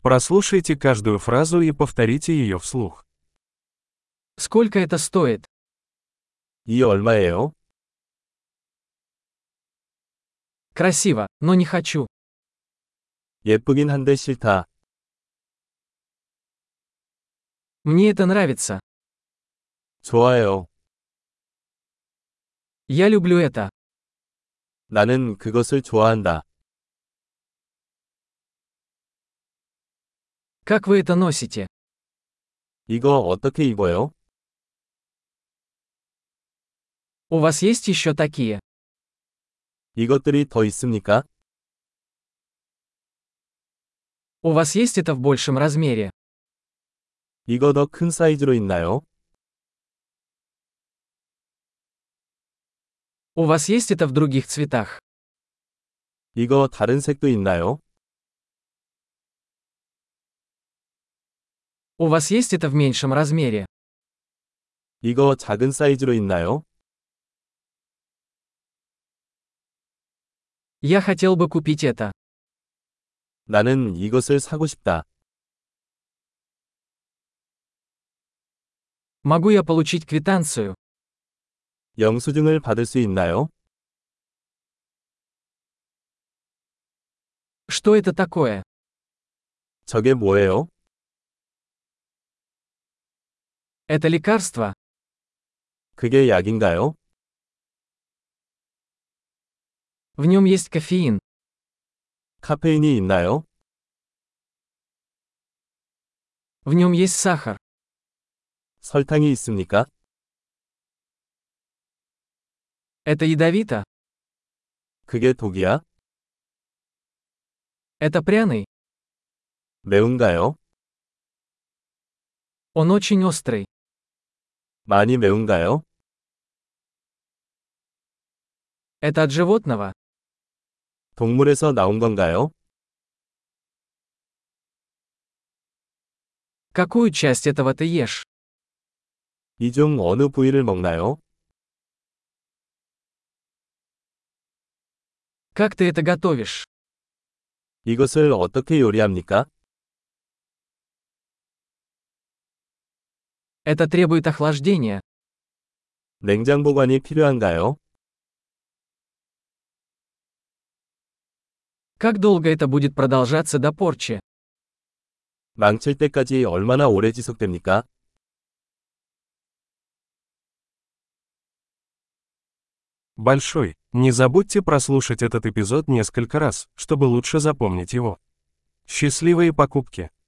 Прослушайте каждую фразу и повторите ее вслух. Сколько это стоит? 이 얼마예요? Красиво, но не хочу. 예쁘긴 한데 싫다. Мне это нравится. 좋아요. Я люблю это. 나는 그것을 좋아한다. Как вы это носите? 이거 어떻게 입어요? У вас есть еще такие? 이것들이 더 있습니까? У вас есть это в большем размере? 이거 더 큰 사이즈로 있나요? У вас есть это в других цветах? 이거 다른 색도 있나요? У вас есть это в меньшем размере? 이거 작은 사이즈로 있나요? Я хотел бы купить это. 나는 이것을 사고 싶다. Могу я получить квитанцию? 영수증을 받을 수 있나요? Что это такое? 저게 뭐예요? Это лекарство? 그게 약인가요? В нем есть кофеин. 카페인이 있나요? В нем есть сахар. 설탕이 있습니까? Это ядовито? 그게 독이야? Это пряный? 매운가요? Он очень острый. 많이 매운가요? Это от животного? 동물에서 나온 건가요? Какую часть этого ты ешь? 이 중 어느 부위를 먹나요? Как ты это готовишь? 이것을 어떻게 요리합니까? Это требует охлаждения. 냉장 보관이 필요한가요? Как долго это будет продолжаться до порчи? 망칠 때까지 얼마나 오래 지속됩니까? Большой. Не забудьте прослушать этот эпизод несколько раз, чтобы лучше запомнить его. Счастливые покупки!